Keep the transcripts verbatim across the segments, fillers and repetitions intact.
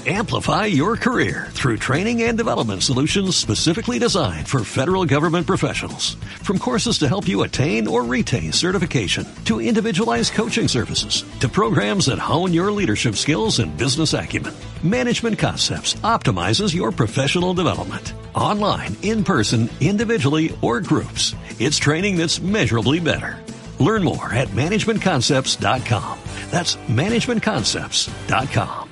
Amplify your career through training and development solutions specifically designed for federal government professionals. From courses to help you attain or retain certification, to individualized coaching services, to programs that hone your leadership skills and business acumen, Management Concepts optimizes your professional development. Online, in person, individually, or groups, it's training that's measurably better. Learn more at management concepts dot com. That's management concepts dot com.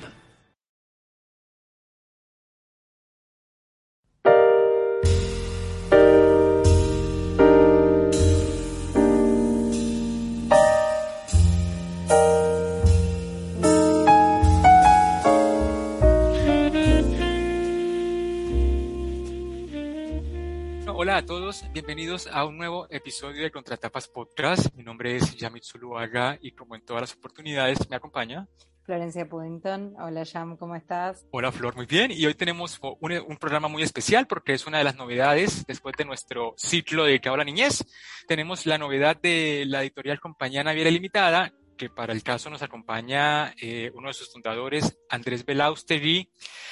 Hola a todos, bienvenidos a un nuevo episodio de Contratapas Podcast. Mi nombre es Yamit Zuluaga y como en todas las oportunidades me acompaña Florencia Puddington. Hola Yam, ¿cómo estás? Hola Flor, muy bien. Y hoy tenemos un, un programa muy especial porque es una de las novedades después de nuestro ciclo dedicado a la niñez. Tenemos la novedad de la editorial Compañía Naviera Limitada, que para el caso nos acompaña eh, uno de sus fundadores, Andrés Belaustegui,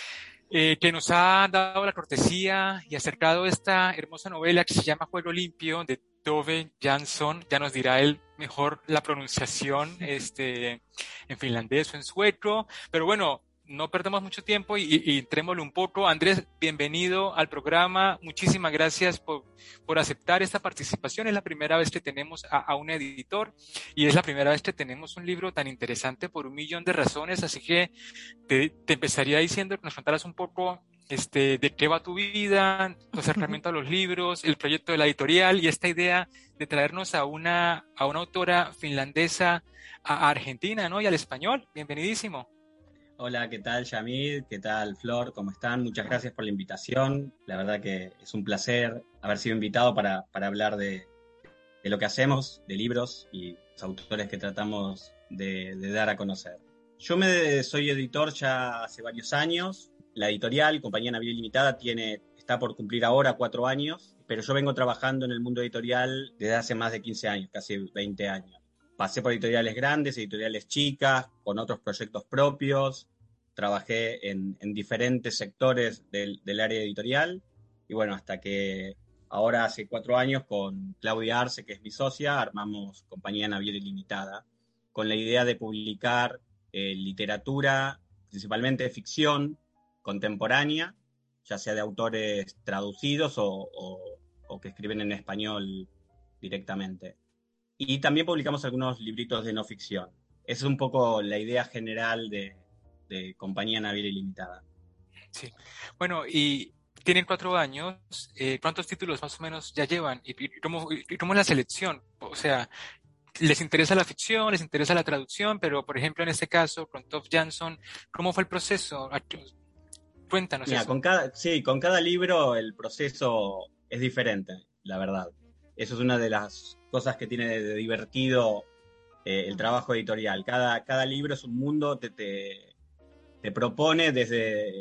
Eh, que nos ha dado la cortesía y acercado esta hermosa novela que se llama Juego Limpio, de Tove Jansson. Ya nos dirá él mejor la pronunciación este, en finlandés o en sueco, pero bueno, no perdamos mucho tiempo y, y, y entrémosle un poco. Andrés, bienvenido al programa. Muchísimas gracias por, por aceptar esta participación. Es la primera vez que tenemos a, a un editor y es la primera vez que tenemos un libro tan interesante por un millón de razones, así que te, te empezaría diciendo que nos contaras un poco este, de qué va tu vida, tu acercamiento a los libros, el proyecto de la editorial y esta idea de traernos a una, a una autora finlandesa a, a Argentina, ¿no? Y al español. Bienvenidísimo. Hola, ¿qué tal, Yamil? ¿Qué tal, Flor? ¿Cómo están? Muchas gracias por la invitación. La verdad que es un placer haber sido invitado para, para hablar de, de lo que hacemos, de libros y los autores que tratamos de, de dar a conocer. Yo me soy editor ya hace varios años. La editorial, Compañía Naviera Limitada, tiene, está por cumplir ahora cuatro años, pero yo vengo trabajando en el mundo editorial desde hace más de quince años, casi veinte años. Pasé por editoriales grandes, editoriales chicas, con otros proyectos propios. Trabajé en, en diferentes sectores del, del área editorial. Y bueno, hasta que ahora hace cuatro años con Claudia Arce, que es mi socia, armamos Compañía Naviera Limitada, con la idea de publicar eh, literatura, principalmente ficción contemporánea, ya sea de autores traducidos o, o, o que escriben en español directamente. Y también publicamos algunos libritos de no ficción. Esa es un poco la idea general de, de Compañía Naviera Limitada. Sí. Bueno, y tienen cuatro años. Eh, ¿Cuántos títulos más o menos ya llevan? ¿Y, y, cómo, y cómo es la selección? O sea, ¿les interesa la ficción? ¿Les interesa la traducción? Pero, por ejemplo, en este caso, con Tove Jansson, ¿cómo fue el proceso? Cuéntanos. Mira, eso. Con cada, sí, con cada libro el proceso es diferente, la verdad. Eso es una de las cosas que tiene de divertido eh, el trabajo editorial. Cada, cada libro es un mundo, te, te, te propone desde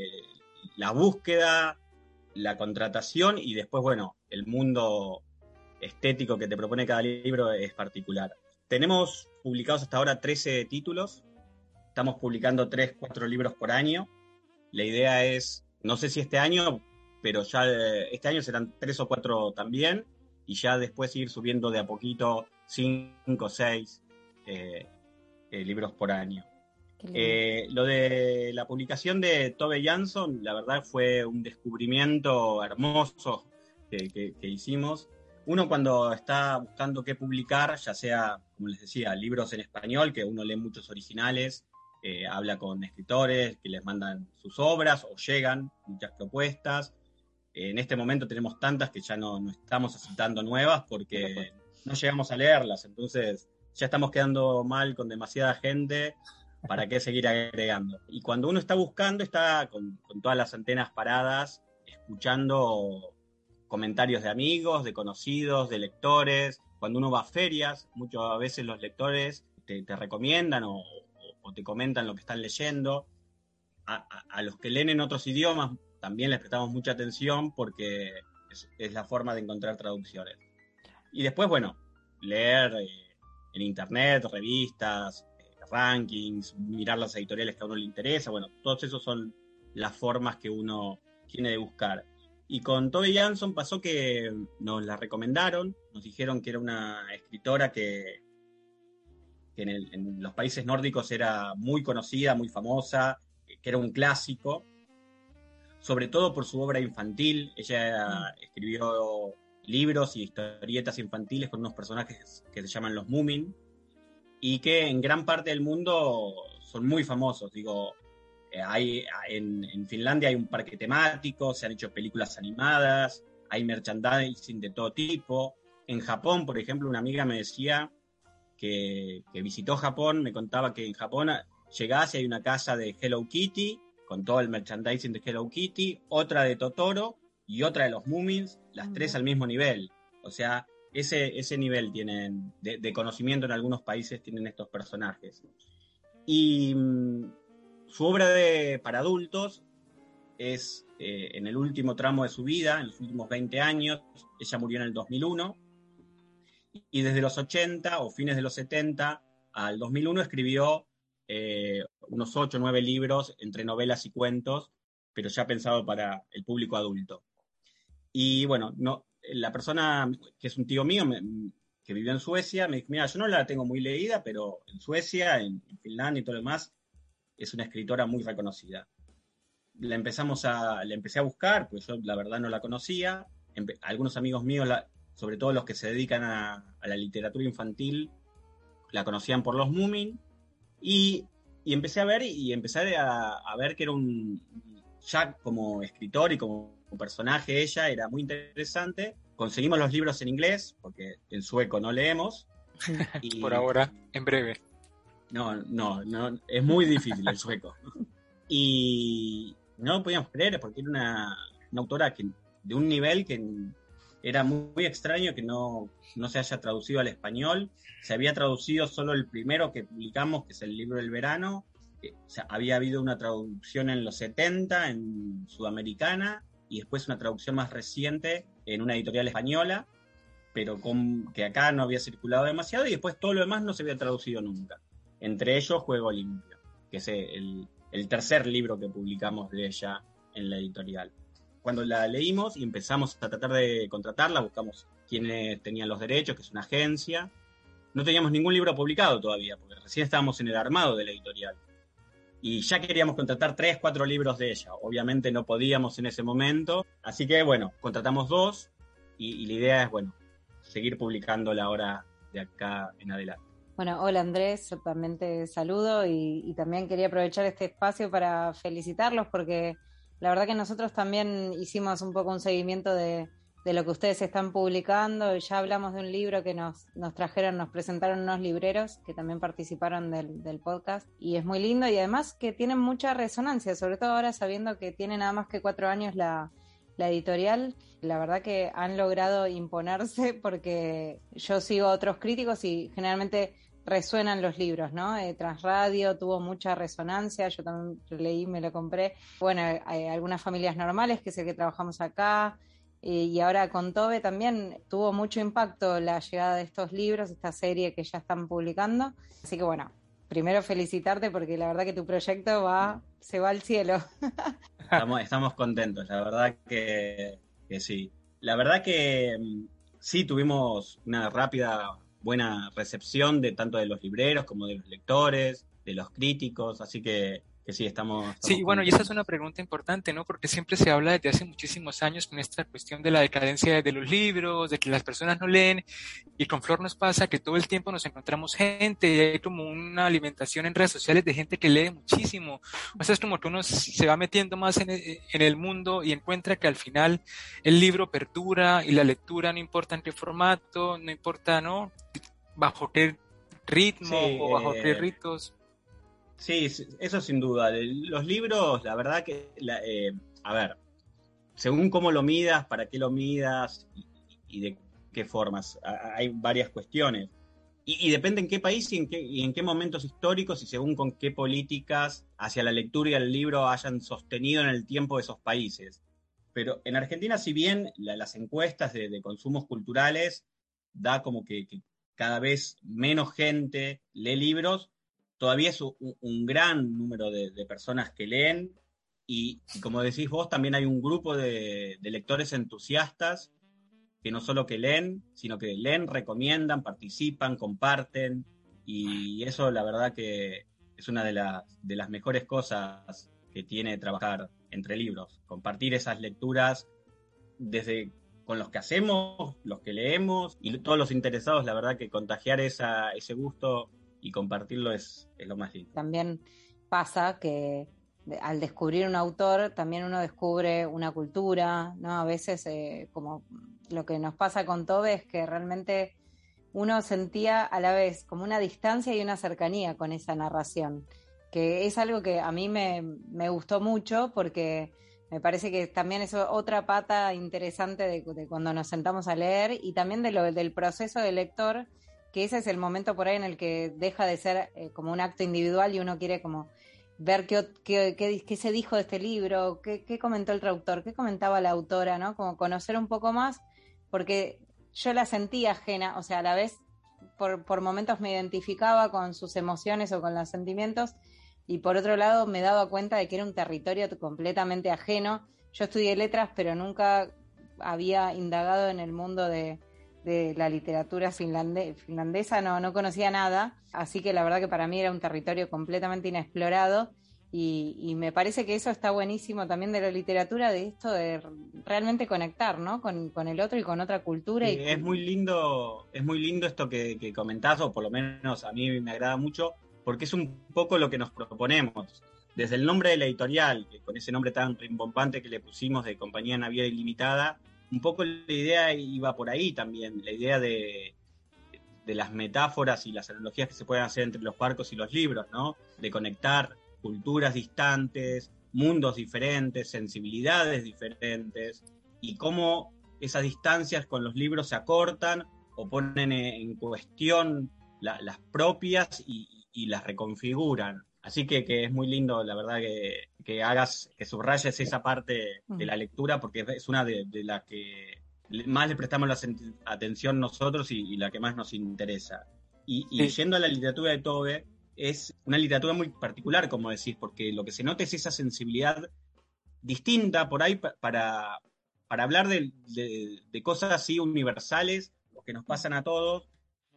la búsqueda, la contratación y después, bueno, el mundo estético que te propone cada libro es particular. Tenemos publicados hasta ahora trece títulos. Estamos publicando tres, cuatro libros por año. La idea es, no sé si este año, pero ya este año serán tres o cuatro también, y ya después ir subiendo de a poquito cinco o seis eh, eh, libros por año. Eh, lo de la publicación de Tove Jansson, la verdad fue un descubrimiento hermoso que, que, que hicimos. Uno cuando está buscando qué publicar, ya sea, como les decía, libros en español, que uno lee muchos originales, Eh, habla con escritores que les mandan sus obras o llegan muchas propuestas. Eh, en este momento tenemos tantas que ya no, no estamos aceptando nuevas porque no llegamos a leerlas, entonces ya estamos quedando mal con demasiada gente, ¿para qué seguir agregando? Y cuando uno está buscando, está con, con todas las antenas paradas, escuchando comentarios de amigos, de conocidos, de lectores. Cuando uno va a ferias, muchas veces los lectores te, te recomiendan o o te comentan lo que están leyendo. A, a, a los que leen en otros idiomas también les prestamos mucha atención porque es, es la forma de encontrar traducciones. Y después, bueno, leer eh, en internet, revistas, eh, rankings, mirar las editoriales que a uno le interesa. Bueno, todos esos son las formas que uno tiene de buscar. Y con Tove Jansson pasó que nos la recomendaron, nos dijeron que era una escritora que, que en, el, en los países nórdicos era muy conocida, muy famosa, que era un clásico, sobre todo por su obra infantil. Ella mm. escribió libros y historietas infantiles con unos personajes que se llaman los Moomin, y que en gran parte del mundo son muy famosos. Digo, hay, en, en Finlandia hay un parque temático, se han hecho películas animadas, hay merchandising de todo tipo. En Japón, por ejemplo, una amiga me decía que, que visitó Japón, me contaba que en Japón llegás y hay una casa de Hello Kitty, con todo el merchandising de Hello Kitty, otra de Totoro y otra de los Moomins, las uh-huh. tres al mismo nivel. O sea, ese, ese nivel tienen de, de conocimiento en algunos países tienen estos personajes. Y mmm, su obra de, para adultos es eh, en el último tramo de su vida, en los últimos veinte años. Ella murió en el dos mil uno, y desde los ochenta o fines de los setenta al dos mil uno escribió eh, unos ocho o nueve libros entre novelas y cuentos, pero ya pensado para el público adulto. Y bueno, no, la persona que es un tío mío, me, que vivió en Suecia, me dijo, mira, yo no la tengo muy leída, pero en Suecia, en, en Finlandia y todo lo demás, es una escritora muy reconocida. La empezamos a, la empecé a buscar, pues yo la verdad no la conocía. Empe- algunos amigos míos, la, sobre todo los que se dedican a, a la literatura infantil, la conocían por los Moomin, y, y empecé a ver, y empecé a, a ver que era un, ya como escritor y como personaje ella, era muy interesante. Conseguimos los libros en inglés, porque en sueco no leemos. Y, por ahora, en breve. No, no, no, es muy difícil el sueco. Y no lo podíamos creer, porque era una, una autora que, de un nivel que era muy, muy extraño que no, no se haya traducido al español. Se había traducido solo el primero que publicamos, que es el libro del verano. O sea, había habido una traducción en los setenta, en Sudamericana, y después una traducción más reciente en una editorial española, pero con, que acá no había circulado demasiado, y después todo lo demás no se había traducido nunca. Entre ellos, Juego Limpio, que es el, el tercer libro que publicamos de ella en la editorial. Cuando la leímos y empezamos a tratar de contratarla, buscamos quiénes tenían los derechos, que es una agencia. No teníamos ningún libro publicado todavía, porque recién estábamos en el armado de la editorial. Y ya queríamos contratar tres, cuatro libros de ella. Obviamente no podíamos en ese momento. Así que, bueno, contratamos dos, y, y la idea es, bueno, seguir publicándola ahora de acá en adelante. Bueno, hola Andrés, yo también te saludo y, y también quería aprovechar este espacio para felicitarlos, porque la verdad que nosotros también hicimos un poco un seguimiento de, de lo que ustedes están publicando. Ya hablamos de un libro que nos, nos trajeron, nos presentaron unos libreros que también participaron del, del podcast, y es muy lindo, y además que tienen mucha resonancia, sobre todo ahora sabiendo que tiene nada más que cuatro años la, la editorial. La verdad que han logrado imponerse, porque yo sigo a otros críticos y generalmente resuenan los libros, ¿no? Eh, Transradio tuvo mucha resonancia, yo también lo leí, me lo compré. Bueno, hay algunas familias normales, que es el que trabajamos acá, eh, y ahora con Tove también tuvo mucho impacto la llegada de estos libros, esta serie que ya están publicando. Así que bueno, primero felicitarte, porque la verdad que tu proyecto va, se va al cielo. Estamos, estamos contentos, la verdad que, que sí. La verdad que sí, tuvimos una rápida, buena recepción de tanto de los libreros como de los lectores, de los críticos, así que, que sí, estamos, estamos Sí, bueno, y esa es una pregunta importante, ¿no? Porque siempre se habla desde hace muchísimos años con esta cuestión de la decadencia de los libros, de que las personas no leen, y con Flor nos pasa que todo el tiempo nos encontramos gente, y hay como una alimentación en redes sociales de gente que lee muchísimo. O sea, es como que uno se va metiendo más en el, en el mundo y encuentra que al final el libro perdura, y la lectura, no importa en qué formato, no importa, ¿no?, bajo qué ritmo, sí, o bajo eh... qué ritos. Sí, eso sin duda. Los libros, la verdad que, la, eh, a ver, según cómo lo midas, para qué lo midas y, y de qué formas, hay varias cuestiones. Y, y depende en qué país y en qué, y en qué momentos históricos, y según con qué políticas hacia la lectura y el libro hayan sostenido en el tiempo esos países. Pero en Argentina, si bien la, las encuestas de, de consumos culturales da como que, que cada vez menos gente lee libros, todavía es un, un gran número de, de personas que leen, y, y como decís vos, también hay un grupo de, de lectores entusiastas que no solo que leen, sino que leen, recomiendan, participan, comparten, y eso la verdad que es una de las, de las mejores cosas que tiene trabajar entre libros, compartir esas lecturas desde con los que hacemos, los que leemos y todos los interesados. La verdad que contagiar esa, ese gusto y compartirlo es, es lo más lindo. También pasa que al descubrir un autor también uno descubre una cultura, ¿no? A veces eh, como lo que nos pasa con Tove es que realmente uno sentía a la vez como una distancia y una cercanía con esa narración, que es algo que a mí me, me gustó mucho porque me parece que también es otra pata interesante de, de cuando nos sentamos a leer y también de lo, del proceso del lector, que ese es el momento por ahí en el que deja de ser eh, como un acto individual y uno quiere como ver qué, qué, qué, qué se dijo de este libro, qué, qué comentó el traductor, qué comentaba la autora, ¿no? Como conocer un poco más, porque yo la sentía ajena, o sea, a la vez por, por momentos me identificaba con sus emociones o con los sentimientos, y por otro lado me daba cuenta de que era un territorio completamente ajeno. Yo estudié letras, pero nunca había indagado en el mundo de, de la literatura finlande, finlandesa, no, no conocía nada, así que la verdad que para mí era un territorio completamente inexplorado, y, y me parece que eso está buenísimo también de la literatura, de esto de realmente conectar, ¿no? Con, con el otro y con otra cultura. Sí, y es muy lindo, es muy lindo esto que, que comentás, o por lo menos a mí me agrada mucho, porque es un poco lo que nos proponemos. Desde el nombre de la editorial, que con ese nombre tan rimbombante que le pusimos de Compañía Naviera Ilimitada, un poco la idea iba por ahí también, la idea de, de las metáforas y las analogías que se pueden hacer entre los barcos y los libros, ¿no? De conectar culturas distantes, mundos diferentes, sensibilidades diferentes, y cómo esas distancias con los libros se acortan o ponen en cuestión la, las propias y, y las reconfiguran. Así que, que es muy lindo, la verdad, que, que hagas, que subrayes esa parte de la lectura, porque es una de, de las que más le prestamos la atención nosotros y, y la que más nos interesa. Y, y sí. Yendo a la literatura de Tove, es una literatura muy particular, como decís, porque lo que se nota es esa sensibilidad distinta por ahí para, para hablar de, de, de cosas así universales, lo que nos pasan a todos,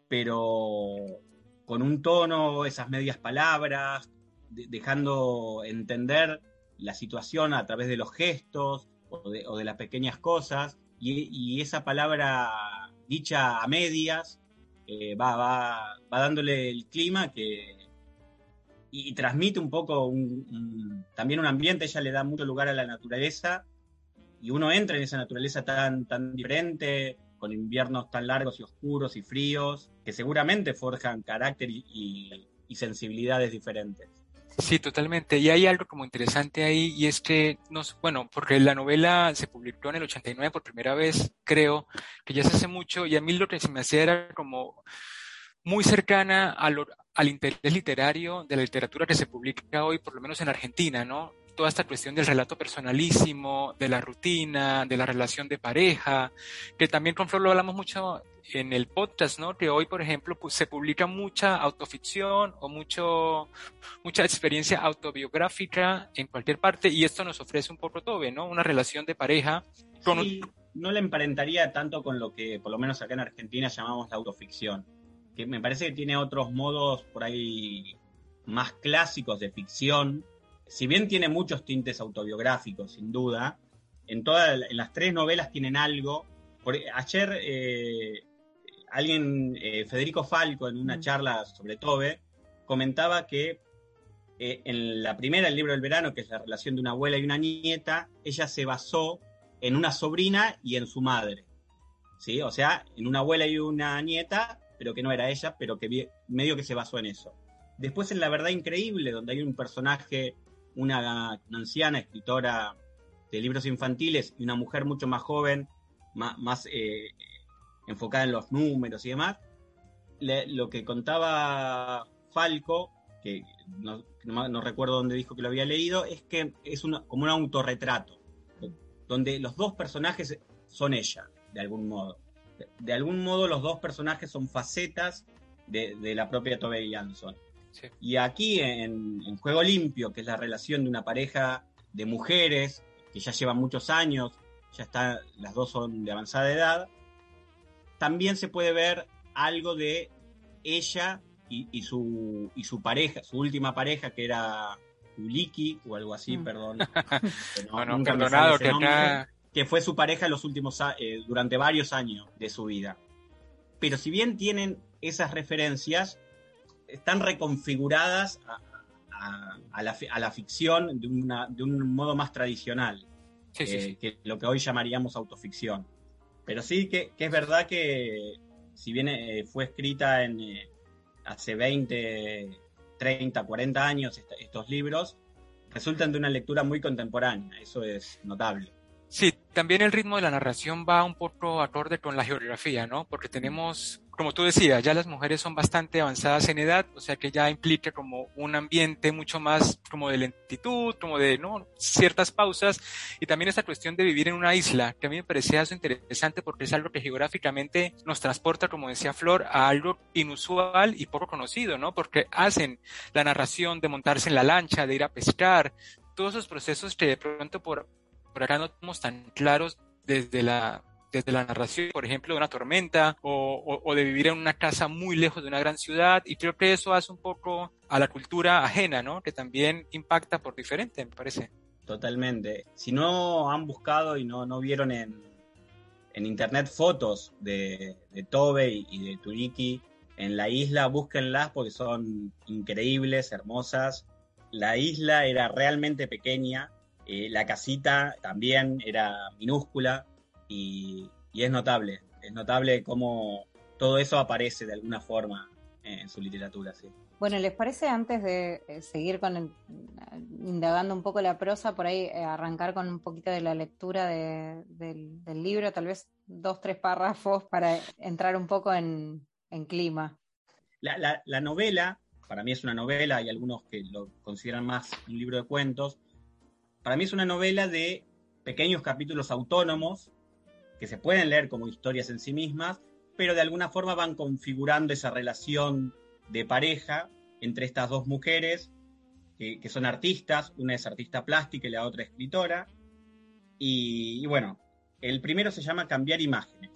pero con un tono, esas medias palabras, de, dejando entender la situación a través de los gestos o de, o de las pequeñas cosas, y, y esa palabra dicha a medias eh, va, va, va dándole el clima que, y, y transmite un poco un, un, también un ambiente. Ella le da mucho lugar a la naturaleza, y uno entra en esa naturaleza tan, tan diferente, con inviernos tan largos y oscuros y fríos, que seguramente forjan carácter y, y, y sensibilidades diferentes. Sí, totalmente. Y hay algo como interesante ahí, y es que, nos, bueno, porque la novela se publicó en el ochenta y nueve por primera vez, creo, que ya se hace mucho, y a mí lo que se me hacía era como muy cercana a lo, al interés literario de la literatura que se publica hoy, por lo menos en Argentina, ¿no? Toda esta cuestión del relato personalísimo, de la rutina, de la relación de pareja, que también con Flor lo hablamos mucho en el podcast, ¿no? Que hoy, por ejemplo, pues, se publica mucha autoficción o mucho, mucha experiencia autobiográfica en cualquier parte, y esto nos ofrece un poco Tove, ¿no? Una relación de pareja con sí, un... no la emparentaría tanto con lo que, por lo menos acá en Argentina, llamamos la autoficción, que me parece que tiene otros modos por ahí más clásicos de ficción. Si bien tiene muchos tintes autobiográficos, sin duda, en, toda, en las tres novelas tienen algo. Por, ayer eh, alguien, eh, Federico Falco, en una charla sobre Tove, comentaba que eh, en la primera, el libro del verano, que es la relación de una abuela y una nieta, ella se basó en una sobrina y en su madre, ¿sí? O sea, en una abuela y una nieta, pero que no era ella, pero que medio que se basó en eso. Después en La verdad increíble, donde hay un personaje, una, una anciana escritora de libros infantiles y una mujer mucho más joven, más, más eh, enfocada en los números y demás, le, lo que contaba Falco, que no, no, no recuerdo dónde dijo que lo había leído, es que es una, como un autorretrato, donde los dos personajes son ella, de algún modo. De, de algún modo los dos personajes son facetas de, de la propia Tove Jansson. Sí. Y aquí en, en Juego Limpio, que es la relación de una pareja de mujeres que ya llevan muchos años, ya está, las dos son de avanzada edad. También se puede ver algo de ella y, y, su, y su pareja, su última pareja, que era Tuliki o algo así, mm. perdón. No, bueno, nunca perdonado que nombre, acá... que fue su pareja los últimos eh, durante varios años de su vida. Pero si bien tienen esas referencias, están reconfiguradas a, a, a, la, a la ficción de, una, de un modo más tradicional, sí, sí, eh, sí. que lo que hoy llamaríamos autoficción. Pero sí que, que es verdad que si bien eh, fue escrita en eh, hace veinte, treinta, cuarenta años est- estos libros, resultan de una lectura muy contemporánea, eso es notable. Sí, también el ritmo de la narración va un poco acorde con la geografía, ¿no? Porque tenemos, como tú decías, ya las mujeres son bastante avanzadas en edad, o sea que ya implica como un ambiente mucho más como de lentitud, como de, ¿no? Ciertas pausas, y también esta cuestión de vivir en una isla, que a mí me parecía eso interesante porque es algo que geográficamente nos transporta, como decía Flor, a algo inusual y poco conocido, ¿no? Porque hacen la narración de montarse en la lancha, de ir a pescar, todos esos procesos que de pronto por por acá no tenemos tan claros desde la, desde la narración, por ejemplo, de una tormenta o, o, o de vivir en una casa muy lejos de una gran ciudad, y creo que eso hace un poco a la cultura ajena, ¿no? Que también impacta por diferente, me parece. Totalmente. Si no han buscado y no, no vieron en, en internet fotos de, de Tobe y, y de Tuliki en la isla, búsquenlas porque son increíbles, hermosas. La isla era realmente pequeña. Eh, la casita también era minúscula y, y es notable, es notable cómo todo eso aparece de alguna forma en su literatura, sí. Bueno, ¿les parece, antes de seguir con el, indagando un poco la prosa, por ahí eh, arrancar con un poquito de la lectura de, del, del libro, tal vez dos, tres párrafos para entrar un poco en, en clima? La, la, la novela, para mí es una novela, hay algunos que lo consideran más un libro de cuentos. Para mí es una novela de pequeños capítulos autónomos que se pueden leer como historias en sí mismas, pero de alguna forma van configurando esa relación de pareja entre estas dos mujeres que, que son artistas, una es artista plástica y la otra escritora. Y, y bueno, el primero se llama Cambiar Imágenes.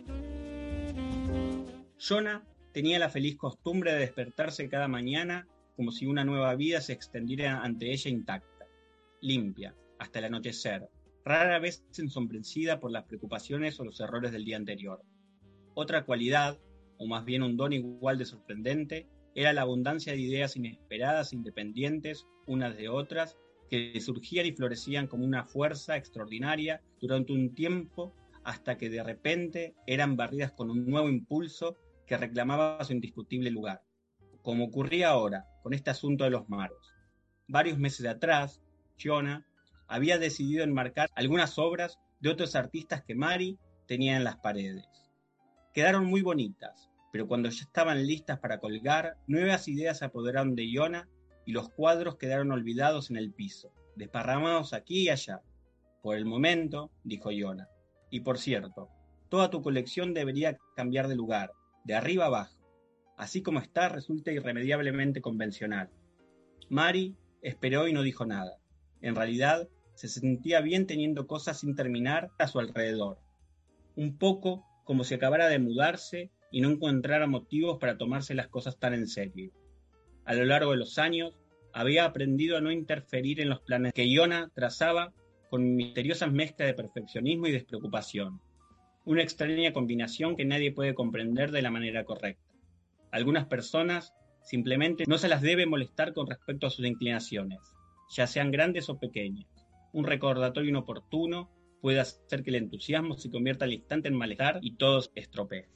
Yona tenía la feliz costumbre de despertarse cada mañana como si una nueva vida se extendiera ante ella intacta, limpia, hasta el anochecer, rara vez ensombrecida por las preocupaciones o los errores del día anterior. Otra cualidad, o más bien un don igual de sorprendente, era la abundancia de ideas inesperadas e independientes unas de otras, que surgían y florecían como una fuerza extraordinaria durante un tiempo, hasta que de repente eran barridas con un nuevo impulso que reclamaba su indiscutible lugar, como ocurría ahora con este asunto de los maros. Varios meses atrás, Yona había decidido enmarcar algunas obras de otros artistas que Mari tenía en las paredes. Quedaron muy bonitas, pero cuando ya estaban listas para colgar, nuevas ideas se apoderaron de Yona y los cuadros quedaron olvidados en el piso, desparramados aquí y allá. Por el momento, dijo Yona, y por cierto, toda tu colección debería cambiar de lugar, de arriba abajo. Así como está, resulta irremediablemente convencional. Mari esperó y no dijo nada. En realidad, se sentía bien teniendo cosas sin terminar a su alrededor. Un poco como si acabara de mudarse y no encontrara motivos para tomarse las cosas tan en serio. A lo largo de los años, había aprendido a no interferir en los planes que Yona trazaba con misteriosa mezcla de perfeccionismo y despreocupación. Una extraña combinación que nadie puede comprender de la manera correcta. Algunas personas simplemente no se las debe molestar con respecto a sus inclinaciones, ya sean grandes o pequeñas. Un recordatorio inoportuno puede hacer que el entusiasmo se convierta al instante en malestar y todo se estropee.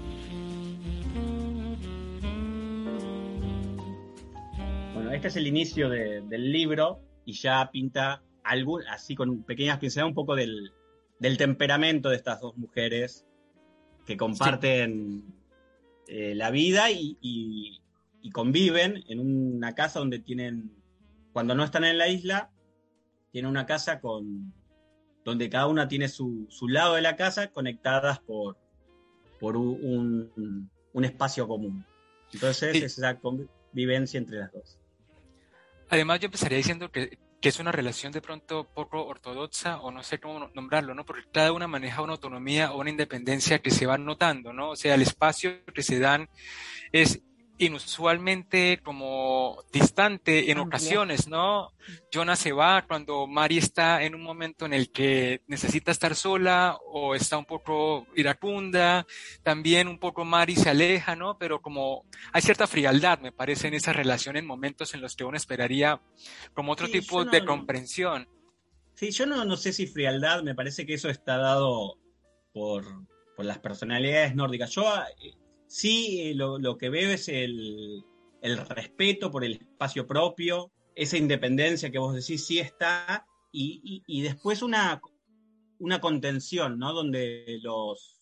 Bueno, este es el inicio de, del libro y ya pinta algo, así con pequeñas pinceladas, un poco del, del temperamento de estas dos mujeres que comparten sí. eh, la vida y, y, y conviven en una casa donde tienen... Cuando no están en la isla, tienen una casa con donde cada una tiene su, su lado de la casa conectadas por, por un, un, un espacio común. Entonces sí. Es esa convivencia entre las dos. Además, yo empezaría diciendo que, que es una relación de pronto poco ortodoxa, o no sé cómo nombrarlo, ¿no? Porque cada una maneja una autonomía o una independencia que se va notando, ¿no? O sea, el espacio que se dan es inusualmente como distante en Amplia. ocasiones, ¿no? Jonah se va cuando Mari está en un momento en el que necesita estar sola o está un poco iracunda, también un poco Mari se aleja, ¿no? Pero como hay cierta frialdad, me parece, en esa relación en momentos en los que uno esperaría como otro Sí, tipo yo no- de comprensión. Sí, yo no, no sé si frialdad, me parece que eso está dado por, por las personalidades nórdicas. Yo eh, sí eh, lo, lo que veo es el, el respeto por el espacio propio, esa independencia que vos decís sí está, y, y, y después una, una contención, ¿no? Donde los,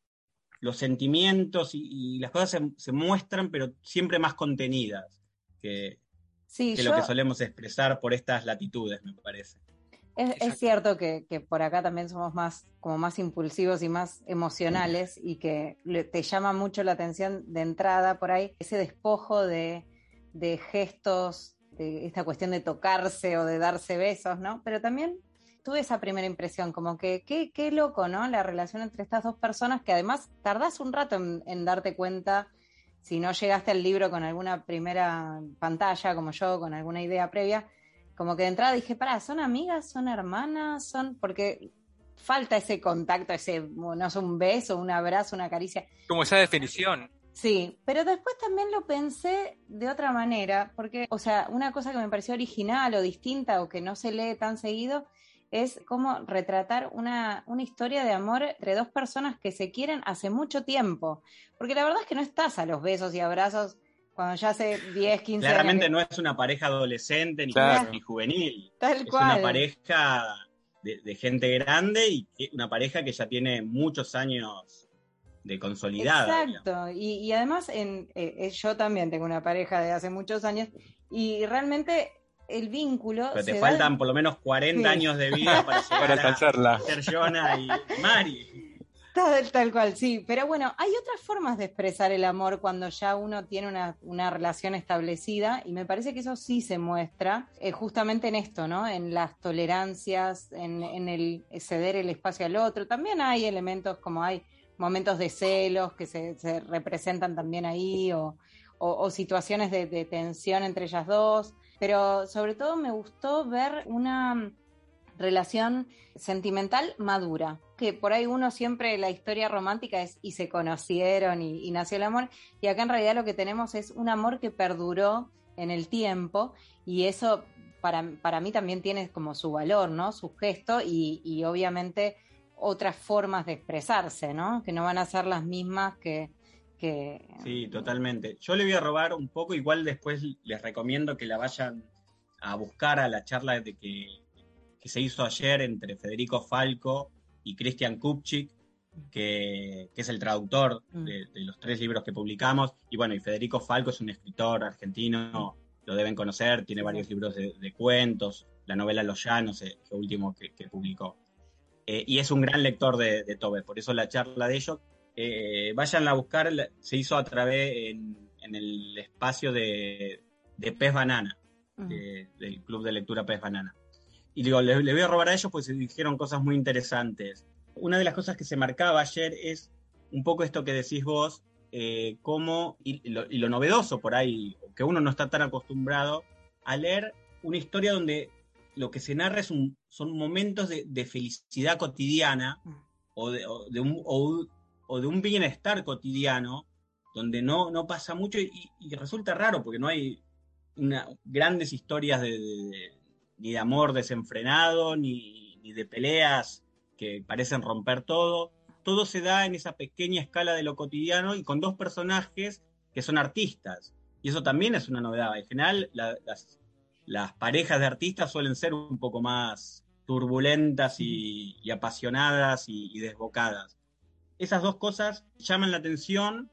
los sentimientos y, y las cosas se, se muestran, pero siempre más contenidas que, Sí, que yo, lo que solemos expresar por estas latitudes, me parece. es, es Exacto. cierto que, que por acá también somos más, como más impulsivos y más emocionales, y que le- te llama mucho la atención de entrada por ahí ese despojo de, de gestos, de esta cuestión de tocarse o de darse besos, ¿no? Pero también tuve esa primera impresión, como que qué, qué loco, ¿no? La relación entre estas dos personas, que además tardás un rato en, en darte cuenta, si no llegaste al libro con alguna primera pantalla, como yo, con alguna idea previa, como que de entrada dije, pará, ¿son amigas? ¿Son hermanas? ¿Son...? Porque falta ese contacto, ese, no sé, un beso, un abrazo, una caricia. Como esa definición. Sí, pero después también lo pensé de otra manera, porque, o sea, una cosa que me pareció original o distinta o que no se lee tan seguido es cómo retratar una, una historia de amor entre dos personas que se quieren hace mucho tiempo. Porque la verdad es que no estás a los besos y abrazos cuando ya hace diez, quince años. Claramente que... no es una pareja adolescente ni, Claro. ni juvenil. Tal Es cual. una pareja de, de gente grande y que, una pareja que ya tiene muchos años de consolidada. Exacto, y, y además en, eh, yo también tengo una pareja de hace muchos años y realmente el vínculo Pero te se faltan da... por lo menos cuarenta Sí. años de vida para llegar Para a alcanzarla. ser Jonah y, y Mari. Tal, tal cual, sí, pero bueno, hay otras formas de expresar el amor cuando ya uno tiene una, una relación establecida, y me parece que eso sí se muestra eh, justamente en esto, ¿no? En las tolerancias, en, en el ceder el espacio al otro. También hay elementos como hay momentos de celos que se, se representan también ahí, o, o, o situaciones de, de tensión entre ellas dos, pero sobre todo me gustó ver una relación sentimental madura, que por ahí uno siempre, la historia romántica es y se conocieron y, y nació el amor, y acá en realidad lo que tenemos es un amor que perduró en el tiempo, y eso para, para mí también tiene como su valor, ¿no? Su gesto, y, y obviamente otras formas de expresarse, ¿no? Que no van a ser las mismas que... que... Sí, totalmente. Yo le voy a robar un poco, igual después les recomiendo que la vayan a buscar a la charla de que que se hizo ayer entre Federico Falco y Christian Kupchik, que, que es el traductor de, de los tres libros que publicamos. Y bueno, y Federico Falco es un escritor argentino, lo deben conocer, tiene varios libros de, de cuentos, la novela Los Llanos, eh, lo último que, que publicó. Eh, y es un gran lector de, de Tove, por eso la charla de ellos. Eh, vayan a buscar, se hizo a través en, en el espacio de, de Pez Banana, de, del Club de Lectura Pez Banana. Y digo, le, le voy a robar a ellos, pues se dijeron cosas muy interesantes. Una de las cosas que se marcaba ayer es un poco esto que decís vos, eh, cómo, y lo, y lo novedoso por ahí, que uno no está tan acostumbrado a leer una historia donde lo que se narra es un, son momentos de, de felicidad cotidiana o de, o de un, o, o de un bienestar cotidiano, donde no, no pasa mucho y, y resulta raro porque no hay una, grandes historias de, de ni de amor desenfrenado, ni, ni de peleas que parecen romper todo. Todo se da en esa pequeña escala de lo cotidiano y con dos personajes que son artistas. Y eso también es una novedad. En general, la, las, las parejas de artistas suelen ser un poco más turbulentas y, y apasionadas y, y desbocadas. Esas dos cosas llaman la atención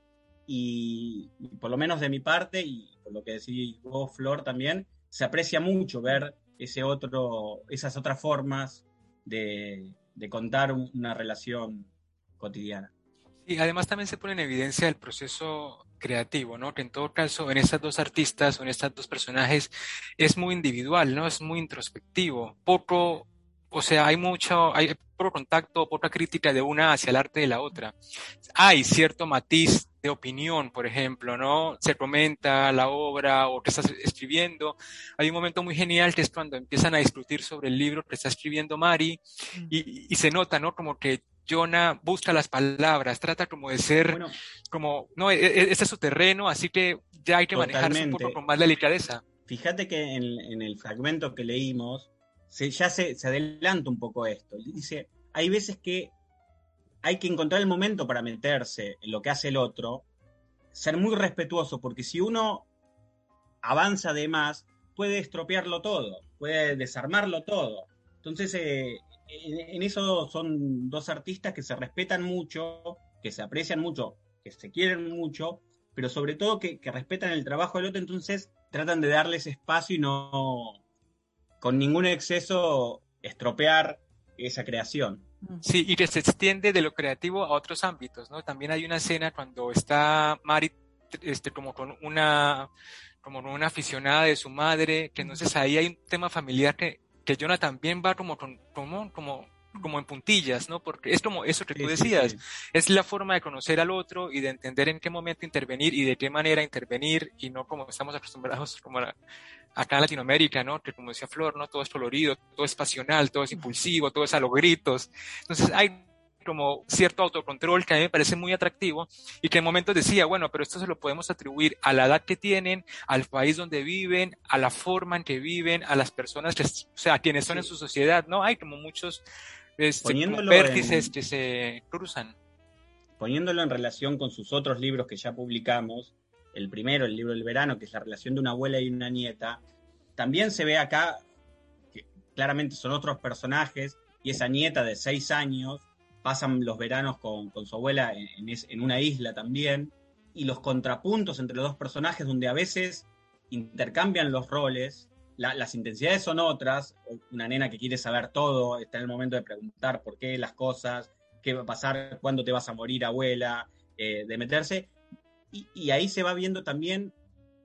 y, y por lo menos de mi parte, y por lo que decís vos, Flor, también, se aprecia mucho ver ese otro, esas otras formas de, de contar una relación cotidiana. Y además también se pone en evidencia el proceso creativo, ¿no? Que en todo caso, en estas dos artistas o en estos dos personajes es muy individual, ¿no? Es muy introspectivo, poco, o sea, hay mucho, hay poco contacto, poca crítica de una hacia el arte de la otra. Hay cierto matiz de opinión, por ejemplo, ¿no? Se comenta la obra o que estás escribiendo. Hay un momento muy genial que es cuando empiezan a discutir sobre el libro que está escribiendo Mari y, y se nota, ¿no? Como que Jonah busca las palabras, trata como de ser, Bueno, como, no, e- e- este es su terreno, así que ya hay que manejarse un poco totalmente. con más delicadeza. Fíjate que en, en el fragmento que leímos, se, ya se, se adelanta un poco esto. Dice, hay veces que hay que encontrar el momento para meterse en lo que hace el otro, ser muy respetuoso, porque si uno avanza de más, puede estropearlo todo, puede desarmarlo todo. Entonces, eh, en, en eso son dos artistas que se respetan mucho, que se aprecian mucho, que se quieren mucho, pero sobre todo que, que respetan el trabajo del otro, entonces tratan de darles espacio y no, con ningún exceso, estropear esa creación. Sí, y que se extiende de lo creativo a otros ámbitos, ¿no? También hay una escena cuando está Mari, este, como con una, como con una aficionada de su madre, que entonces ahí hay un tema familiar que, que Jonah también va como, con, como, como, como en puntillas, ¿no? Porque es como eso que tú Sí, sí, decías, sí. es la forma de conocer al otro y de entender en qué momento intervenir y de qué manera intervenir y no como estamos acostumbrados como a, acá en Latinoamérica, ¿no? Que como decía Flor, ¿no? Todo es colorido, todo es pasional, todo es impulsivo, todo es a los gritos. Entonces hay como cierto autocontrol que a mí me parece muy atractivo y que en momentos decía, bueno, pero esto se lo podemos atribuir a la edad que tienen, al país donde viven, a la forma en que viven, a las personas que, o sea, quienes son en Sí. su sociedad, ¿no? Hay como muchos este, como Poniéndolo vértices en, que se cruzan. poniéndolo en relación con sus otros libros que ya publicamos, el primero, el libro del verano, que es la relación de una abuela y una nieta, también se ve acá que claramente son otros personajes y esa nieta de seis años pasan los veranos con, con su abuela en, en, en una isla también, y los contrapuntos entre los dos personajes donde a veces intercambian los roles, la, las intensidades son otras, una nena que quiere saber todo, está en el momento de preguntar por qué las cosas, qué va a pasar, cuándo te vas a morir, abuela, eh, de meterse, y, y, ahí se va viendo también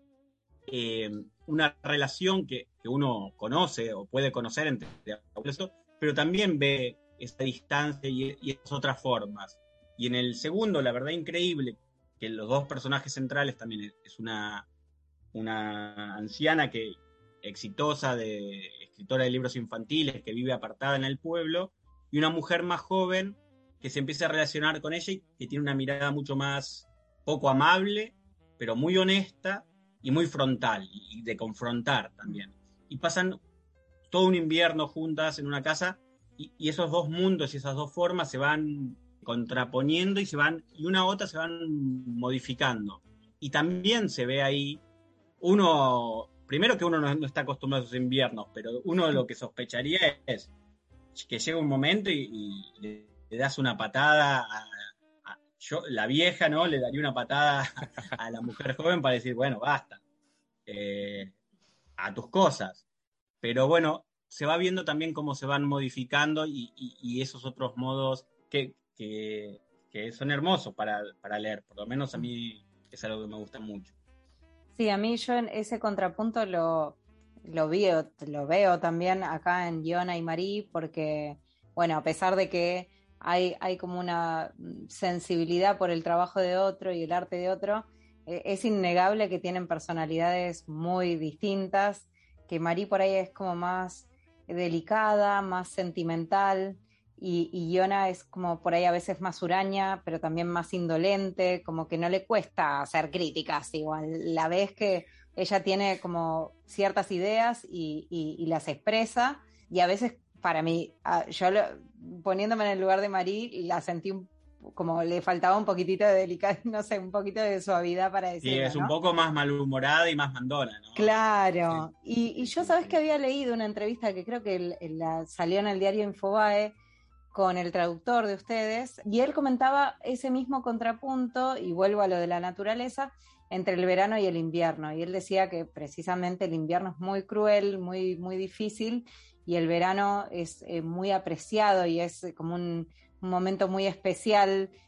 eh, una relación que, que, uno conoce o puede conocer entre abuelos, pero también ve esta distancia y, y esas otras formas. Y en el segundo, la verdad increíble, que los dos personajes centrales también es una, una anciana que exitosa, de escritora de libros infantiles, que vive apartada en el pueblo, y una mujer más joven que se empieza a relacionar con ella y que tiene una mirada mucho más poco amable, pero muy honesta y muy frontal, y de confrontar también. Y pasan todo un invierno juntas en una casa, y, y esos dos mundos y esas dos formas se van contraponiendo y se van, y una u otra se van modificando. Y también se ve ahí, uno, primero que uno no, no está acostumbrado a esos inviernos, pero uno lo que sospecharía es que llega un momento y, y le, le das una patada a, a yo, la vieja, ¿no? Le daría una patada a, a la mujer joven para decir, bueno, basta, eh, a tus cosas. Pero bueno, se va viendo también cómo se van modificando y, y, y esos otros modos que, que, que son hermosos para, para leer. Por lo menos a mí es algo que me gusta mucho. Sí, a mí yo en ese contrapunto lo, lo, veo, lo veo también acá en Jonah y Marie, porque, bueno, a pesar de que hay, hay como una sensibilidad por el trabajo de otro y el arte de otro, eh, es innegable que tienen personalidades muy distintas, que Marie por ahí es como más delicada, más sentimental, y, y Jonah es como por ahí a veces más huraña, pero también más indolente, como que no le cuesta hacer críticas, igual la ves que ella tiene como ciertas ideas y, y, y las expresa, y a veces para mí, yo lo, poniéndome en el lugar de Marie, la sentí un, como le faltaba un poquitito de delicadeza, no sé, un poquito de suavidad para decirlo, sí, es un ¿no? poco más malhumorada y más mandona, ¿no? Claro, Sí. y, y yo sabes que había leído una entrevista que creo que el, el, la, salió en el diario Infobae con el traductor de ustedes, y él comentaba ese mismo contrapunto, y vuelvo a lo de la naturaleza, entre el verano y el invierno, y él decía que precisamente el invierno es muy cruel, muy, muy difícil, y el verano es eh, muy apreciado y es como un, un momento muy especial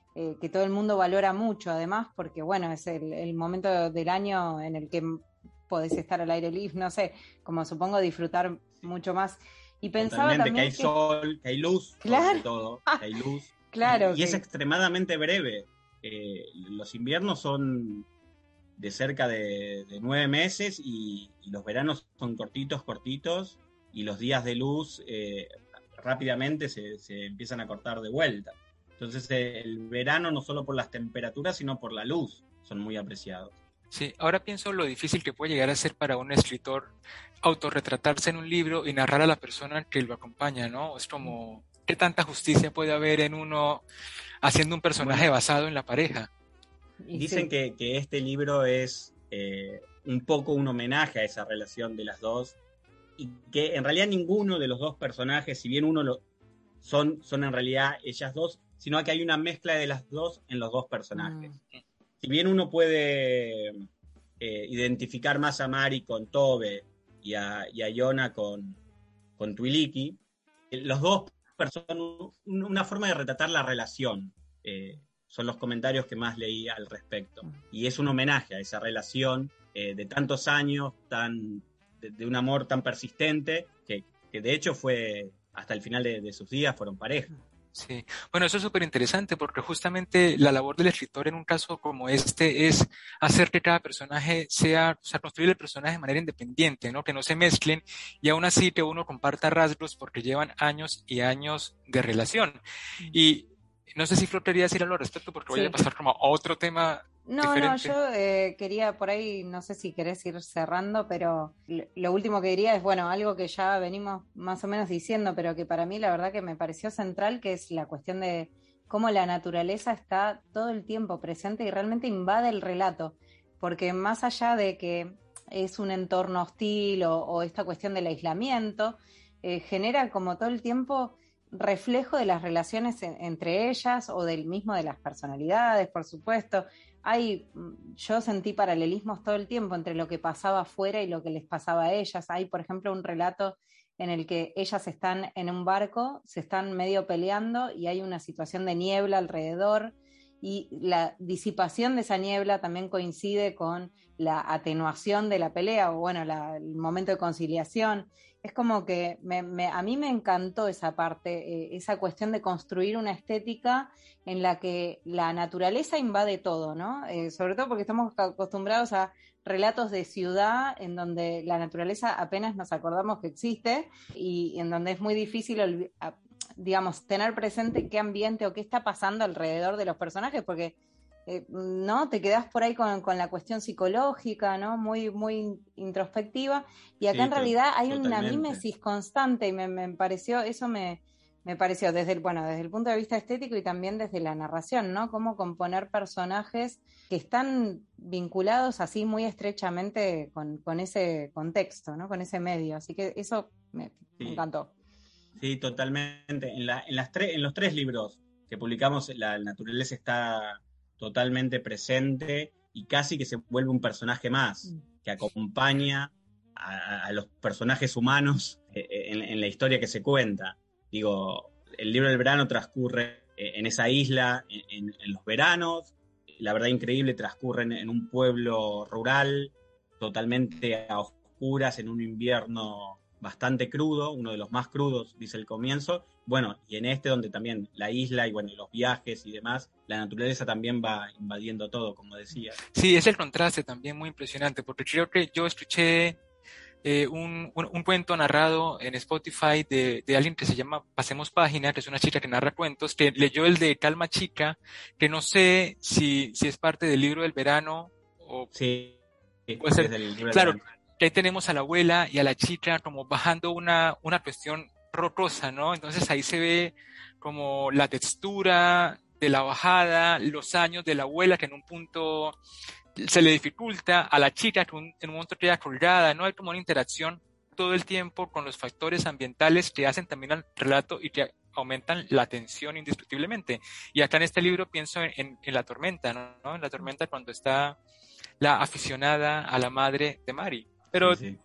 eh, que todo el mundo valora mucho, además, porque bueno, es el, el momento del año en el que podés estar al aire libre, no sé, como supongo disfrutar mucho más. Y pensaba Totalmente, también que hay que... sol, que hay luz, claro, sobre todo, que hay luz. claro, y, y que... es extremadamente breve. Eh, los inviernos son de cerca de, de nueve meses y, y los veranos son cortitos, cortitos, y los días de luz eh, rápidamente se, se empiezan a cortar de vuelta. Entonces eh, el verano, no solo por las temperaturas, sino por la luz, son muy apreciados. Sí, ahora pienso lo difícil que puede llegar a ser para un escritor autorretratarse en un libro y narrar a la persona que lo acompaña, ¿no? Es como, ¿qué tanta justicia puede haber en uno haciendo un personaje bueno, basado en la pareja? Dicen sí. que, que este libro es eh, un poco un homenaje a esa relación de las dos y que en realidad ninguno de los dos personajes, si bien uno lo, son, son en realidad ellas dos, sino que hay una mezcla de las dos en los dos personajes. Mm. Si bien uno puede eh, identificar más a Mari con Tobe y a, y a Yona con, con Twiliki, eh, los dos son una forma de retratar la relación. Eh, son los comentarios que más leí al respecto. Y es un homenaje a esa relación eh, de tantos años, tan, de, de un amor tan persistente, que, que de hecho fue hasta el final de, de sus días, fueron pareja. Sí, bueno, eso es súper interesante porque justamente la labor del escritor en un caso como este es hacer que cada personaje sea, o sea, construir el personaje de manera independiente, ¿no? Que no se mezclen y aún así que uno comparta rasgos porque llevan años y años de relación. Y no sé si Flor quería decir algo al respecto porque voy sí. a pasar como a otro tema. No, diferente. no, yo eh, quería por ahí, no sé si querés ir cerrando, pero lo último que diría es, bueno, algo que ya venimos más o menos diciendo, pero que para mí la verdad que me pareció central, que es la cuestión de cómo la naturaleza está todo el tiempo presente y realmente invade el relato, porque más allá de que es un entorno hostil o, o esta cuestión del aislamiento, eh, genera como todo el tiempo reflejo de las relaciones en, entre ellas o del mismo de las personalidades, por supuesto. Hay, yo sentí paralelismos todo el tiempo entre lo que pasaba afuera y lo que les pasaba a ellas. Hay, por ejemplo, un relato en el que ellas están en un barco, se están medio peleando y hay una situación de niebla alrededor y la disipación de esa niebla también coincide con la atenuación de la pelea o bueno, la, el momento de conciliación. Es como que me, me, a mí me encantó esa parte, eh, esa cuestión de construir una estética en la que la naturaleza invade todo, ¿no? Eh, sobre todo porque estamos acostumbrados a relatos de ciudad en donde la naturaleza apenas nos acordamos que existe y en donde es muy difícil, digamos, tener presente qué ambiente o qué está pasando alrededor de los personajes, porque Eh, ¿no? Te quedás por ahí con, con la cuestión psicológica, ¿no? Muy, muy introspectiva. Y acá sí, en realidad hay totalmente. Una mímesis constante y me, me pareció, eso me, me pareció desde el, bueno, desde el punto de vista estético y también desde la narración, ¿no? Cómo componer personajes que están vinculados así muy estrechamente con, con ese contexto, ¿no? Con ese medio. Así que eso me, sí. me encantó. Sí, totalmente. En, la, en, las tre- en los tres libros que publicamos, la naturaleza está totalmente presente y casi que se vuelve un personaje más, que acompaña a, a los personajes humanos en, en la historia que se cuenta. Digo, el libro del verano transcurre en esa isla, en, en los veranos, la verdad increíble, transcurre en, en un pueblo rural, totalmente a oscuras, en un invierno bastante crudo, uno de los más crudos, dice el comienzo. Bueno, y en este donde también la isla y bueno, los viajes y demás, la naturaleza también va invadiendo todo, como decía. Sí, es el contraste también muy impresionante, porque creo que yo escuché eh, un, un, un cuento narrado en Spotify de, de alguien que se llama Pasemos Página, que es una chica que narra cuentos, que leyó el de Calma Chica, que no sé si, si es parte del libro del verano o... Sí, puede ser, del libro claro, del verano. Que ahí tenemos a la abuela y a la chica como bajando una, una cuestión rocosa, ¿no? Entonces ahí se ve como la textura de la bajada, los años de la abuela que en un punto se le dificulta, a la chica que un, en un momento queda colgada, ¿no? Hay como una interacción todo el tiempo con los factores ambientales que hacen también al relato y que aumentan la tensión indiscutiblemente. Y acá en este libro pienso en, en, en la tormenta, ¿no? En la tormenta cuando está la aficionada a la madre de Mari. Pero sí, sí.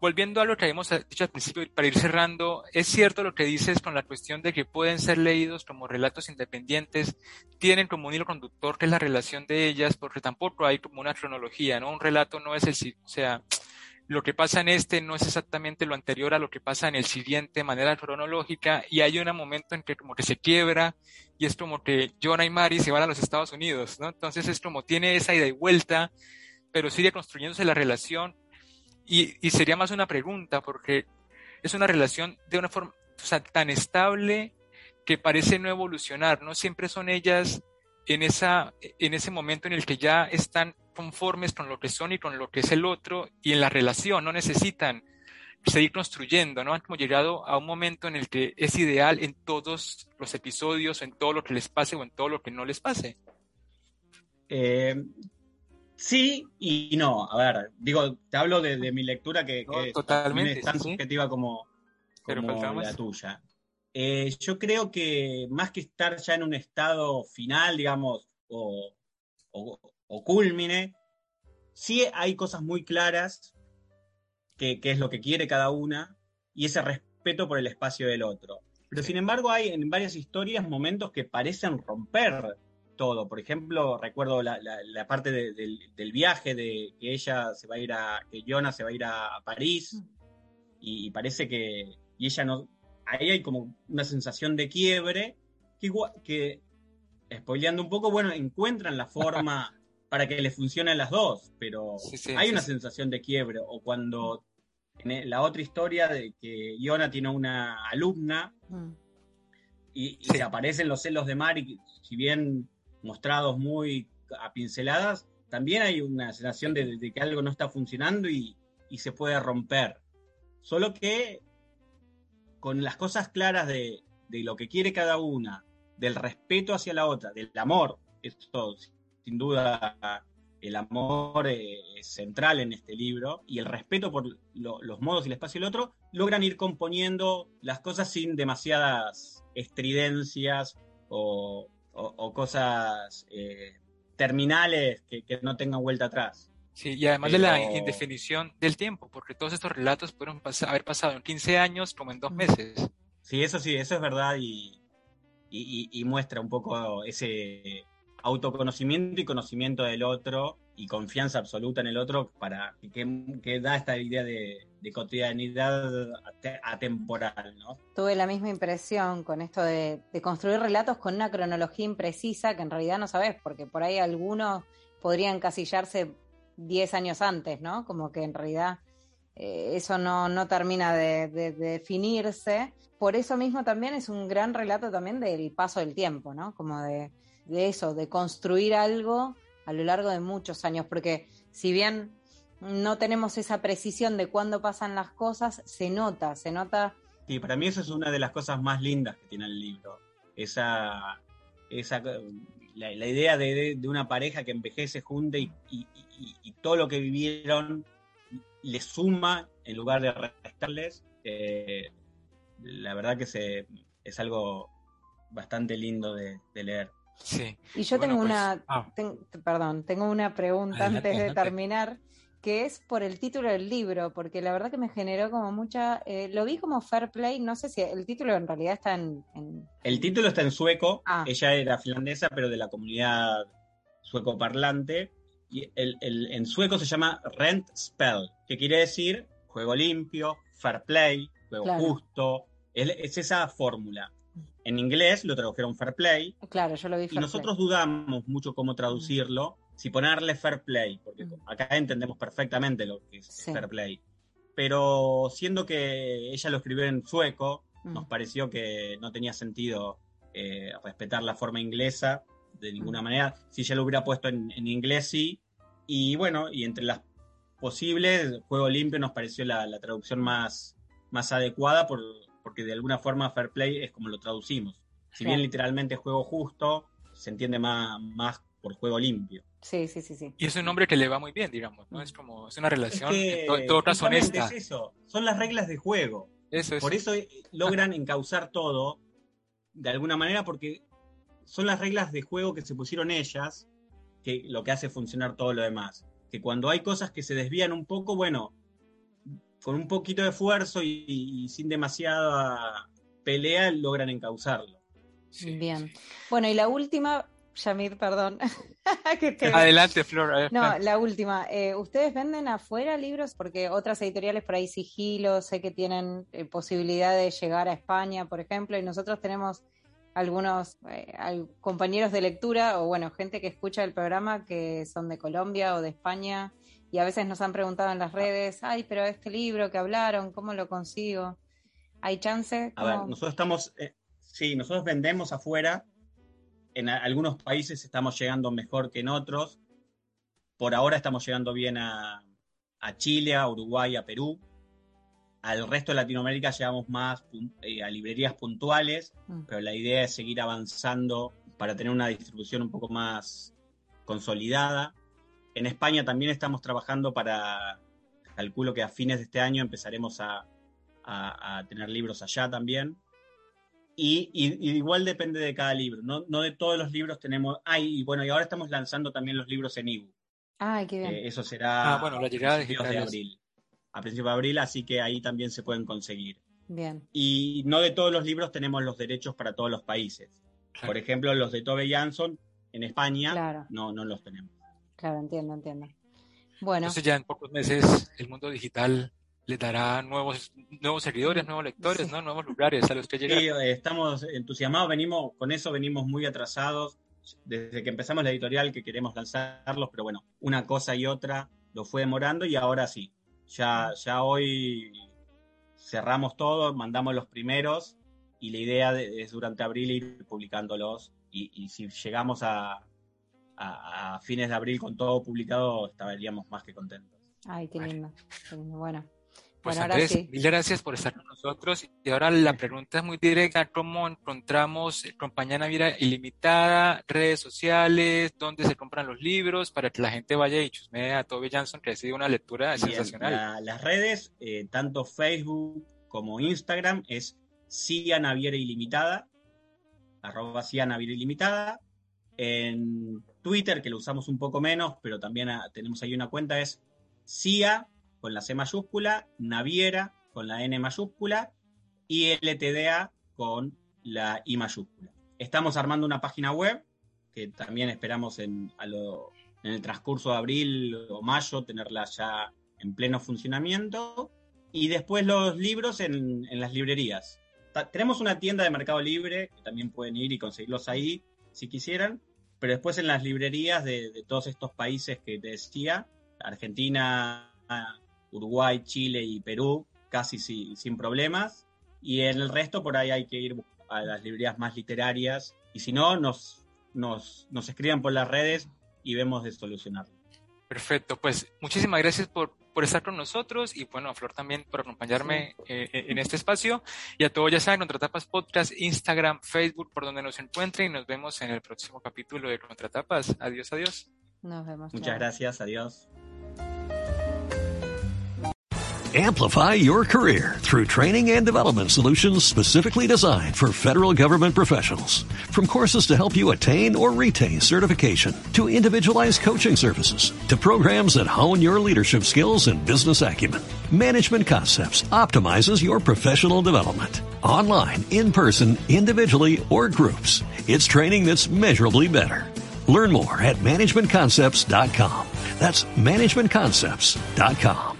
volviendo a lo que habíamos dicho al principio, para ir cerrando, es cierto lo que dices con la cuestión de que pueden ser leídos como relatos independientes, tienen como un hilo conductor que es la relación de ellas, porque tampoco hay como una cronología, ¿no? Un relato no es el, o sea, lo que pasa en este no es exactamente lo anterior a lo que pasa en el siguiente de manera cronológica, y hay un momento en que como que se quiebra, y es como que Jonah y Mary se van a los Estados Unidos, ¿no? Entonces es como tiene esa ida y vuelta, pero sigue construyéndose la relación, y, y sería más una pregunta, porque es una relación de una forma, o sea, tan estable que parece no evolucionar, no siempre son ellas en esa, en ese momento en el que ya están conformes con lo que son y con lo que es el otro, y en la relación no necesitan seguir construyendo, ¿no? Han como llegado a un momento en el que es ideal en todos los episodios, en todo lo que les pase o en todo lo que no les pase. Eh, sí y no. A ver, digo, te hablo de, de mi lectura que, que No, totalmente, es tan sí, subjetiva como, pero como faltaba la más. tuya. Eh, yo creo que más que estar ya en un estado final, digamos, o, o, o cúlmine, sí hay cosas muy claras que, que es lo que quiere cada una y ese respeto por el espacio del otro. Pero Sí. sin embargo hay en varias historias momentos que parecen romper todo. Por ejemplo, recuerdo la, la, la parte de, del, del viaje de que ella se va a ir a, que Jonah se va a ir a, a París y, y parece que, y ella no, ahí hay como una sensación de quiebre que, que spoileando un poco, bueno, encuentran la forma para que les funcionen las dos, pero Sí, sí, hay sí, una sí. sensación de quiebre. O cuando en la otra historia de que Iona tiene una alumna Mm. y, y Sí. se aparecen los celos de Mari, si bien mostrados muy a pinceladas, también hay una sensación de, de que algo no está funcionando y, y se puede romper. Solo que con las cosas claras de, de lo que quiere cada una, del respeto hacia la otra, del amor, esto sin duda el amor eh, es central en este libro, y el respeto por lo, los modos y el espacio del otro, logran ir componiendo las cosas sin demasiadas estridencias o, o, o cosas eh, terminales que, que no tengan vuelta atrás. Sí, y además de la Pero indefinición del tiempo, porque todos estos relatos pudieron pas- haber pasado en quince años como en dos meses. sí, eso sí, eso es verdad y, y, y, y muestra un poco ese autoconocimiento y conocimiento del otro y confianza absoluta en el otro para que, que da esta idea de, de cotidianidad atemporal, ¿no? Tuve la misma impresión con esto de, de construir relatos con una cronología imprecisa que en realidad no sabes, porque por ahí algunos podrían encasillarse diez años antes, ¿no? Como que en realidad eh, eso no, no termina de, de, de definirse. Por eso mismo también es un gran relato también del paso del tiempo, ¿no? Como de, de eso, de construir algo a lo largo de muchos años, porque si bien no tenemos esa precisión de cuándo pasan las cosas, se nota, se nota. Sí, para mí eso es una de las cosas más lindas que tiene el libro. Esa, esa la, la idea de, de, de una pareja que envejece junta y, y, y, y todo lo que vivieron les suma en lugar de restarles. Eh, la verdad que se, es algo bastante lindo de, de leer. Sí. Y yo Bueno, tengo pues, una, ah, ten, perdón, tengo una pregunta adelante, antes de adelante. terminar, que es por el título del libro, porque la verdad que me generó como mucha, eh, lo vi como Fair Play, no sé si el título en realidad está en... en... El título está en sueco, ah. ella era finlandesa, pero de la comunidad sueco parlante, y el, el, en sueco se llama Rent Spell, que quiere decir juego limpio, fair play, juego claro. justo, es, es esa fórmula. En inglés lo tradujeron fair play, claro, yo lo vi y fair nosotros play. dudamos mucho cómo traducirlo, mm. si ponerle fair play, porque mm. acá entendemos perfectamente lo que es sí. fair play, pero siendo que ella lo escribió en sueco, mm. nos pareció que no tenía sentido eh, respetar la forma inglesa de ninguna mm. manera. Si ella lo hubiera puesto en, en inglés, sí, y bueno, y entre las posibles, juego limpio nos pareció la, la traducción más, más adecuada por, porque de alguna forma fair play es como lo traducimos. Si bien literalmente juego justo, se entiende más, más por juego limpio. Sí, sí, sí, sí. Y es un nombre que le va muy bien, digamos, ¿no? Es como, es una relación, es que, en to- todo caso honesta. Es eso, son las reglas de juego. Eso, eso. Por eso logran encauzar todo, de alguna manera, porque son las reglas de juego que se pusieron ellas, que lo que hace funcionar todo lo demás. Que cuando hay cosas que se desvían un poco, bueno, con un poquito de esfuerzo y, y sin demasiada pelea logran encauzarlo. Sí. Bien. Bueno, y la última, Yamir, perdón. que te... Adelante, Flor. Adelante. No, la última. Eh, ¿Ustedes venden afuera libros? Porque otras editoriales por ahí sigilo, sé que tienen eh, posibilidad de llegar a España, por ejemplo, y nosotros tenemos algunos eh, al, compañeros de lectura o, bueno, gente que escucha el programa que son de Colombia o de España y a veces nos han preguntado en las redes, ay, pero este libro que hablaron, ¿cómo lo consigo? ¿Hay chance? ¿Cómo? A ver, nosotros estamos... Eh... Sí, nosotros vendemos afuera, en a, algunos países estamos llegando mejor que en otros, por ahora estamos llegando bien a, a Chile, a Uruguay, a Perú, al resto de Latinoamérica llegamos más eh, a librerías puntuales, mm. pero la idea es seguir avanzando para tener una distribución un poco más consolidada. En España también estamos trabajando para, calculo que a fines de este año empezaremos a, a, a tener libros allá también. Y, y, y igual depende de cada libro, no, no de todos los libros tenemos... Ah, y bueno, y ahora estamos lanzando también los libros en ebook. Ah, qué bien. Eh, eso será ah, bueno, la llegada a principios de abril. A principios de abril, así que ahí también se pueden conseguir. Bien. Y no de todos los libros tenemos los derechos para todos los países. Claro. Por ejemplo, los de Tove Jansson en España claro. no, no los tenemos. Claro, entiendo, entiendo. Bueno. Entonces ya en pocos meses el mundo digital les dará nuevos nuevos seguidores, nuevos lectores, sí. ¿no? Nuevos lugares a los que llegar. Sí, estamos entusiasmados, venimos con eso, venimos muy atrasados desde que empezamos la editorial que queremos lanzarlos, pero bueno, una cosa y otra lo fue demorando y ahora sí, ya, ya hoy cerramos todo, mandamos los primeros y la idea de, es durante abril ir publicándolos y, y si llegamos a, a, a fines de abril con todo publicado estaríamos más que contentos. Ay, qué lindo, qué lindo. Bueno. Pues bueno, Andrés, sí. mil gracias por estar con nosotros. Y ahora la pregunta es muy directa. ¿Cómo encontramos Compañía Naviera Ilimitada, redes sociales, dónde se compran los libros para que la gente vaya y chusmee a Tove Jansson, que ha sido una lectura Bien, sensacional? La, las redes, eh, tanto Facebook como Instagram, es Cia Naviera Ilimitada, arroba Cia Naviera Ilimitada. En Twitter, que lo usamos un poco menos, pero también a, tenemos ahí una cuenta, es Cia con la C mayúscula, Naviera con la N mayúscula y L T D A con la I mayúscula. Estamos armando una página web que también esperamos en, a lo, en el transcurso de abril o mayo tenerla ya en pleno funcionamiento y después los libros en, en las librerías. Ta- tenemos una tienda de Mercado Libre que también pueden ir y conseguirlos ahí si quisieran, pero después en las librerías de, de todos estos países que te decía, Argentina, Uruguay, Chile y Perú, casi sí, sin problemas. Y en el resto, por ahí hay que ir a las librerías más literarias. Y si no, nos, nos, nos escriban por las redes y vemos de solucionarlo. Perfecto, pues muchísimas gracias por, por estar con nosotros y bueno, a Flor también por acompañarme sí. eh, en este espacio. Y a todos ya saben, Contratapas Podcast, Instagram, Facebook, por donde nos encuentren. Y nos vemos en el próximo capítulo de Contratapas. Adiós, adiós. Nos vemos. Muchas chao. gracias, adiós. Amplify your career through training and development solutions specifically designed for federal government professionals. From courses to help you attain or retain certification, to individualized coaching services, to programs that hone your leadership skills and business acumen, Management Concepts optimizes your professional development. Online, in person, individually, or groups, it's training that's measurably better. Learn more at management concepts dot com. That's management concepts dot com.